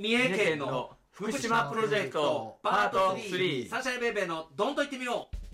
三重県の福島プロジェクトパート3、サンシャインベイベーのドンと言ってみよう。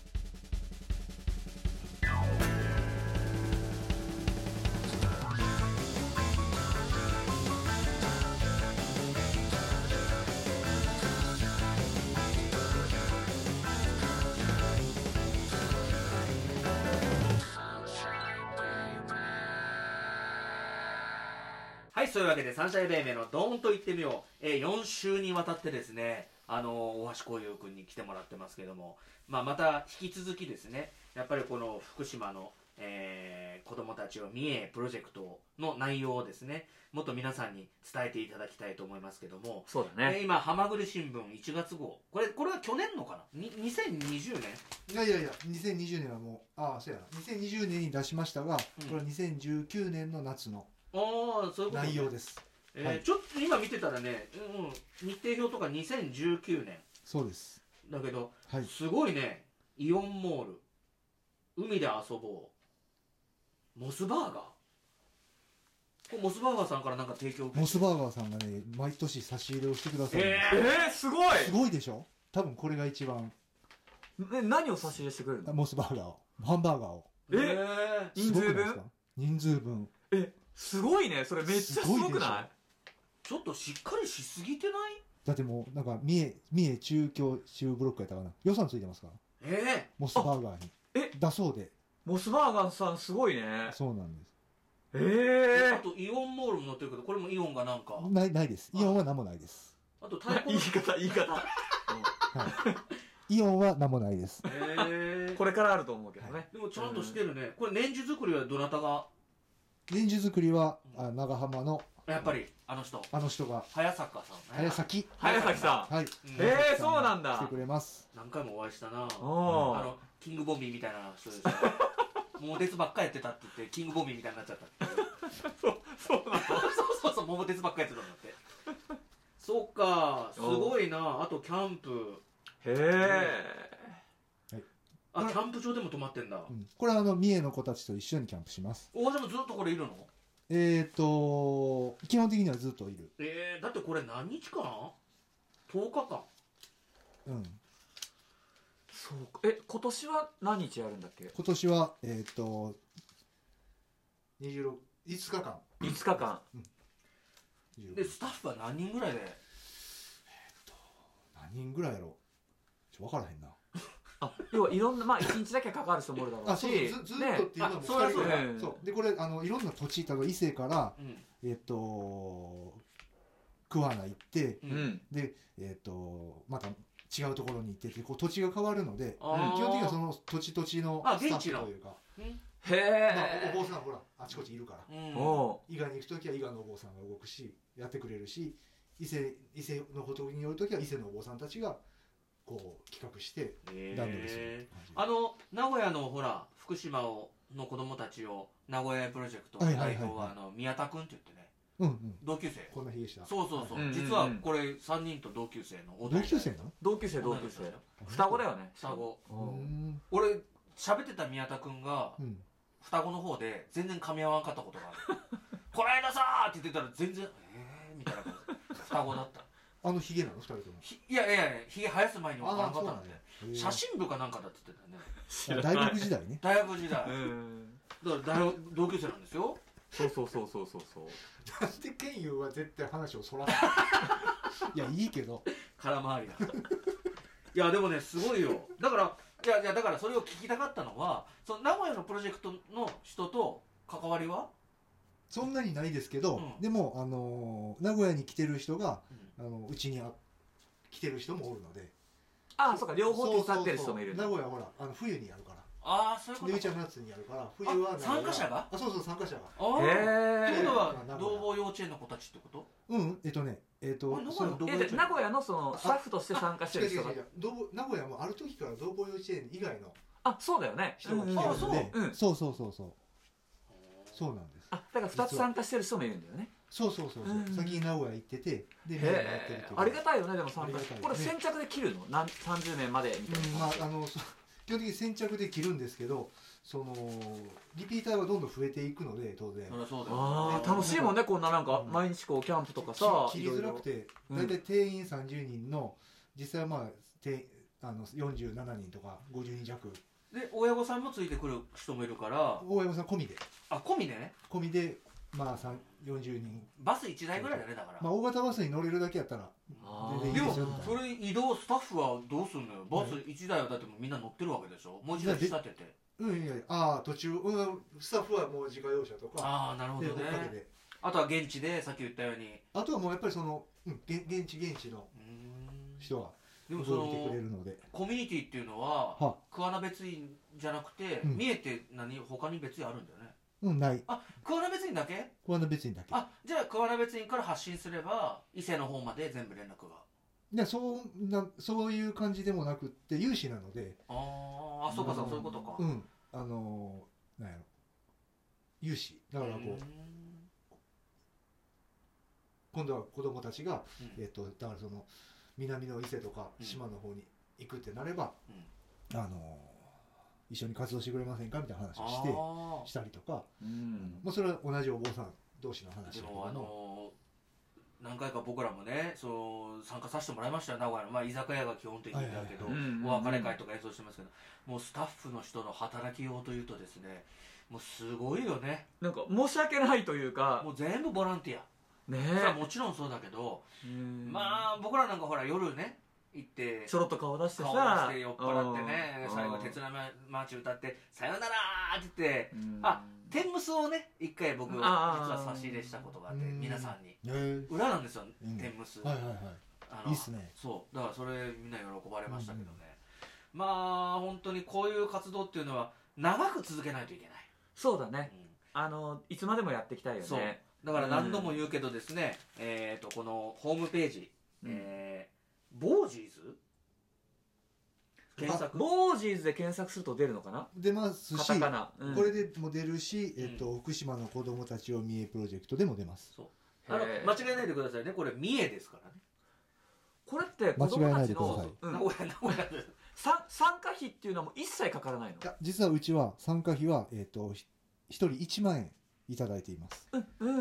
はい、そういうわけでサンシャインベイベーのドーンと言ってみよう。4週にわたってですね、大橋幸雄君に来てもらってますけども、また引き続きですね、やっぱりこの福島の、子供たちを三重プロジェクトの内容をですね、もっと皆さんに伝えていただきたいと思いますけども、 そうだね。 今、はまぐり新聞1月号。これは去年のかな2020年いや、2020年はもう、そうやな。2020年に出しましたが、これは2019年の夏のそういうことね、 内容です。はい、 ちょっと今見てたらね、日程表とか2019年。 そうです。 だけど、 はい、 すごいね、イオンモール、海で遊ぼう、モスバーガー。これモスバーガーさんからなんか提供。 モスバーガーさんがね、毎年差し入れをしてくださる。 すごいすごいでしょ。多分これが一番。 何を差し入れしてくれるの？ モスバーガーを。ハンバーガーを。 人数分？ 人数分。 すごいね。それめっちゃすごくない？ ちょっとしっかりしすぎてない？ だってもう、なんか、三重中京中ブロックやったかな。予算ついてますから。モスバーガーに。だそうで。 モスバーガーさんすごいね。 そうなんです。 あと、イオンモールも載ってるけど、これもイオンがなんか。 ないです。イオンは何もないです。 あと、 言い方。 イオンは何もないです。 これからあると思うけどね。 でもちゃんとしてるね。これ、年次作りはどなたが？ 年次作りは、長浜の、 やっぱり、あの人が。早坂さんね。 早崎さん。 はい。 そうなんだ。 来てくれます。 何回もお会いしたな。キングボンビーみたいな人でしょ。桃鉄ばっかやってたって言って、キングボンビーみたいになっちゃったって。 そうなんだ。 そう、桃鉄ばっかやってたんだって。そっか、すごいな。あと、キャンプ。キャンプ場でも泊まってんだ。 これは三重の子たちと一緒にキャンプします。 でもずっとこれいるの？ 基本的にはずっといる。 だってこれ何日間 ?10 日間。 そうか。今年は何日やるんだっけ？ 今年は、5日間。 5日間。 で、スタッフは何人ぐらいで？ 何人ぐらいやろう。分からへんな。 要はいろんな、1日だけかかる人もいるだろうし。 ずっとっていうのも2人ぐらい。そう。で、これ、いろんな土地、例えば伊勢から、桑名行って、で、また違うところに行ってて、土地が変わるので、基本的にはその土地のスタッフというか。お坊さんほら、あちこちいるから。伊賀に行くときは伊賀のお坊さんが動くし、やってくれるし、伊勢の仏に寄るときは伊勢のお坊さんたちが、こう企画して段取りする名古屋のほら福島の子供たちを名古屋プロジェクトの代表は宮田君って言ってね、同級生。 こんなひげした。 そう実はこれ3人と同級生の。 同級生なの？ 同級生双子だよね。 双子。俺喋ってた宮田君が双子の方で全然噛み合わんかったことがある。こないださーって言ってたら全然みたいな感じ。双子だった。 ヒゲなの2人とも。 いや、ヒゲ生やす前に分からなかったんで。写真部かなんかだって言ってたね。 大学時代ね。 大学時代。だから同級生なんですよ。 そう。 なんでケンユーは絶対話をそらない。いや、いいけど。 空回りだ。いや、でもね、すごいよ。だから、だからそれを聞きたかったのは、その名古屋のプロジェクトの人と関わりはそんなにないですけど、でも、名古屋に来てる人が、うちに来てる人もおるので。 そうか、両方手伝ってる人もいる。 名古屋ほら、冬にやるから。 そういうこと。 で、うちは夏にやるから、冬は参加者が？ そう、参加者が。 ということは、同房幼稚園の子たちってこと？ 名古屋のその、スタッフとして参加してる人が。 名古屋もある時から同房幼稚園以外の。 そうだよね。 人が来てるので。そう。そうなんです。 だから2つ参加してる人もいるんだよね。 そう。先に名古屋行ってて、で、名古屋やってるっていう。 ありがたいよね、でも参加して。これ先着で切るの？30年までみたいな。 基本的に先着で切るんですけど、 そのリピーターがどんどん増えていくので当然。 ああ楽しいもんね、こんななんか毎日こうキャンプとかさ切りづらくて、大体定員30人の実際はまあ47人とか50人弱で親御さんもついてくる人もいるから、 親御さん込みで込みでね、 込みでまあ40人バス1台ぐらいだね。だからまあ大型バスに乗れるだけやったら全然いいですよ。でもそれ移動スタッフはどうすんのよ。バス1台はだってもうみんな乗ってるわけでしょ。もう1台仕立てて、 いや途中、スタッフはもう自家用車とかなるほどね。あとは現地でさっき言ったように、あとはもうやっぱりその、現地の人がでもその見てくれるので、 コミュニティっていうのは桑名別院じゃなくて、三重って他に別にあるんだよね。 ない。 桑名別院だけ？ 桑名別院だけ。 じゃあ桑名別院から発信すれば伊勢の方まで全部連絡が。 そういう感じでもなくって有志なので。 そうかそういうことか。 なんやろ、有志だからこう今度は子供たちがだからその南の伊勢とか島の方に行くってなれば一緒に活動してくれませんかみたいな話をしたりとか、それは同じお坊さん同士の話だけど何回か僕らもね参加させてもらいましたよ、名古屋の、居酒屋が基本的にだけど、お別れ会とか演奏してますけど、もうスタッフの人の働きようというとですね、もうすごいよね。 なんか申し訳ないというか、 もう全部ボランティアね。それはもちろんそうだけど、僕らなんかほら夜ね行ってちょろっと顔出してさ、 酔っ払ってね、最後鉄鍋マーチ歌ってさよならって言って、天むすをね一回僕実は差し入れしたことがあって、皆さんに裏なんですよ、天むす。 いいっすね。 そうだからそれみんな喜ばれましたけどね。本当にこういう活動っていうのは長く続けないといけない。 そうだね、いつまでもやっていきたいよね。 だから何度も言うけどですね、このホームページ、ボージーズ検索、 ボージーズで検索すると出るのかな。 出ますし、これでも出るし、福島の子供たちを三重プロジェクトでも出ます。 間違えないでくださいね、これ三重ですからね。 これって子供たちの名古屋参加費っていうのはもう一切かからないの？ 実はうちは参加費は1人1万円いただいています。 もう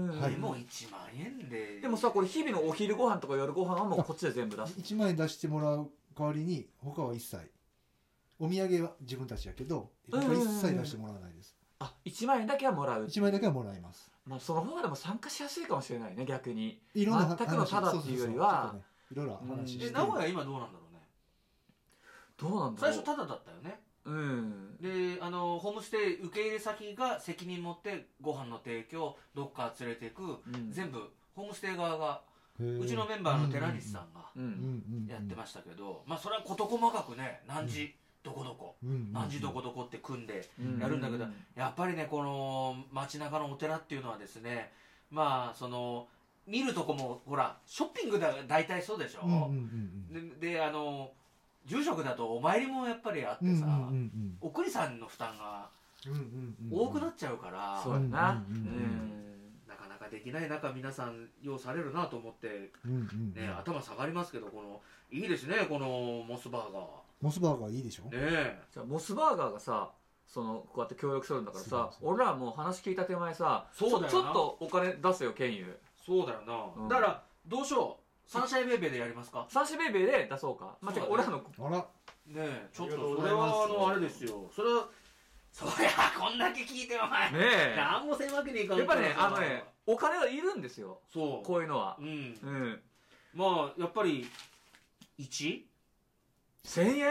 1万円で。 でもさ、これ日々のお昼ご飯とか夜ご飯はもうこっちで全部出す。 1万円出してもらう代わりに他は一切、お土産は自分たちやけど他は一切出してもらわないです。 1万円だけはもらう。 1万円だけはもらいます。 その方がでも参加しやすいかもしれないね、逆に。 いろんな全くのタダっていうよりは。 いろいろ話して。 名古屋今どうなんだろうね。 どうなんだろう。 最初タダだったよね。でホームステイ受け入れ先が責任持ってご飯の提供、どっか連れていく、全部ホームステイ側が、うちのメンバーの寺西さんがやってましたけど、それは事細かくね、何時どこどこ、何時どこどこって組んでやるんだけど、やっぱりねこの街中のお寺っていうのはですね、見るとこもほらショッピングだ大体そうでしょ。で住職だとお参りもやっぱりあってさ、おくりさんの負担が多くなっちゃうから、 そうやな、 なかなかできない中皆さん要されるなと思ってね、頭下がりますけど、このいいですね、このモスバーガー。 モスバーガーいいでしょ。 じゃあモスバーガーがさ、こうやって協力するんだからさ、俺らもう話聞いた手前さ、ちょっとお金出せよ、ケンユ。 そうだよな。だからどうしよう、サンシャインベイベーでやりますか。 サンシャインベイベーで出そうか。俺らのねえ、ちょっとそれはあれですよ。そりゃこんだけ聞いてお前何もせんわけにいかん。 やっぱねお金はいるんですよ。こういうのは。 やっぱり 1?1000 円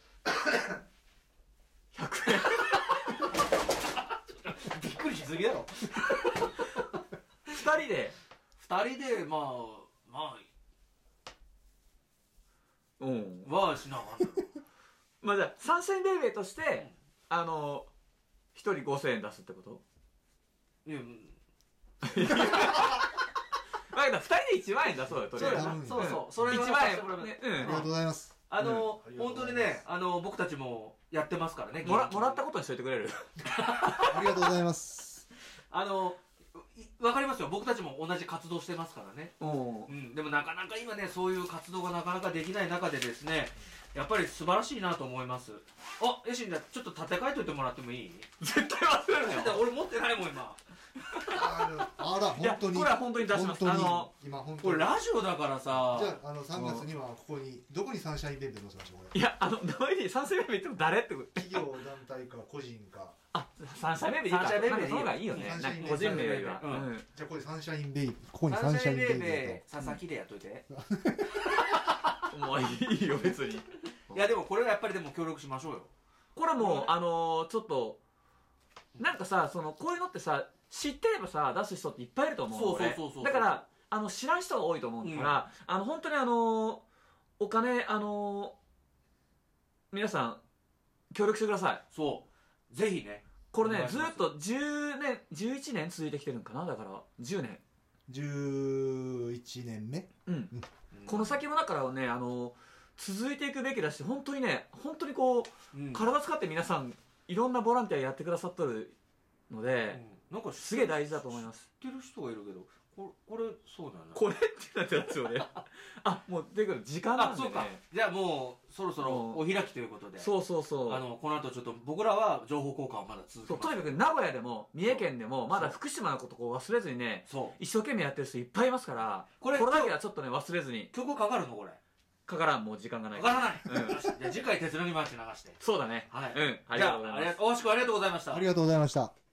100円びっくりしすぎだろ。 2人でしなあかんだろ。 じゃあサンシャインベイベーとして1人5000円出すってこと？ いや 2人で1万円出そうよ、とりあえず。 そうそれ 1万円。 ありがとうございます。 本当にね、僕たちもやってますからね。 もらったことにしといてくれる？ ありがとうございます。 わかりますよ、僕たちも同じ活動してますからね。でもなかなか今ね、そういう活動がなかなかできない中でですね、やっぱり素晴らしいなと思います。エシン、じゃちょっと立て替えといてもらってもいい？ 絶対忘れるのよ。 俺持ってないもん今。 あら本当に、 これは本当に出します。 今本当にこれラジオだからさ。 じゃあ3月にはここにどこにサンシャインベイベー載せましょう。これいやどういうサンシャインベイベーっても誰って企業団体か個人か。 サンシャインベイベーいいか。サンシャインベイベーの方がいいよね。個人名よりは。 じゃあこれサンシャインベイ、ここにサンシャインベイベー佐々木でやっといて。 もういいよ別に。 いやでもこれはやっぱりでも協力しましょうよ。 これもちょっとなんかさ、こういうのってさ、知ってればさ出す人っていっぱいいると思う。だから知らん人が多いと思うから、本当にお金皆さん協力してください。 そうぜひね。 これねずっと10年11年続いてきてるんかな。だから10年 11年目、 この先もだからね続いていくべきだし、本当にね、本当にこう、体使って皆さんいろんなボランティアやってくださっとるので、なんかすげえ大事だと思います。 知ってる人がいるけど、これそうだな。 これってなってますよね。もうで時間なんでね。 じゃあもうそろそろお開きということで。 そう。 この後ちょっと僕らは情報交換をまだ続けます。 とにかく名古屋でも三重県でもまだ福島のことを忘れずにね、一生懸命やってる人いっぱいいますから、これだけはちょっとね忘れずに。 曲かかるのこれ？ かからん、もう時間がない。 かからない。じゃあ次回手つなぎ回し流して。 そうだね。 はい。 ありがとうございます。 大橋君ありがとうございました。 ありがとうございました。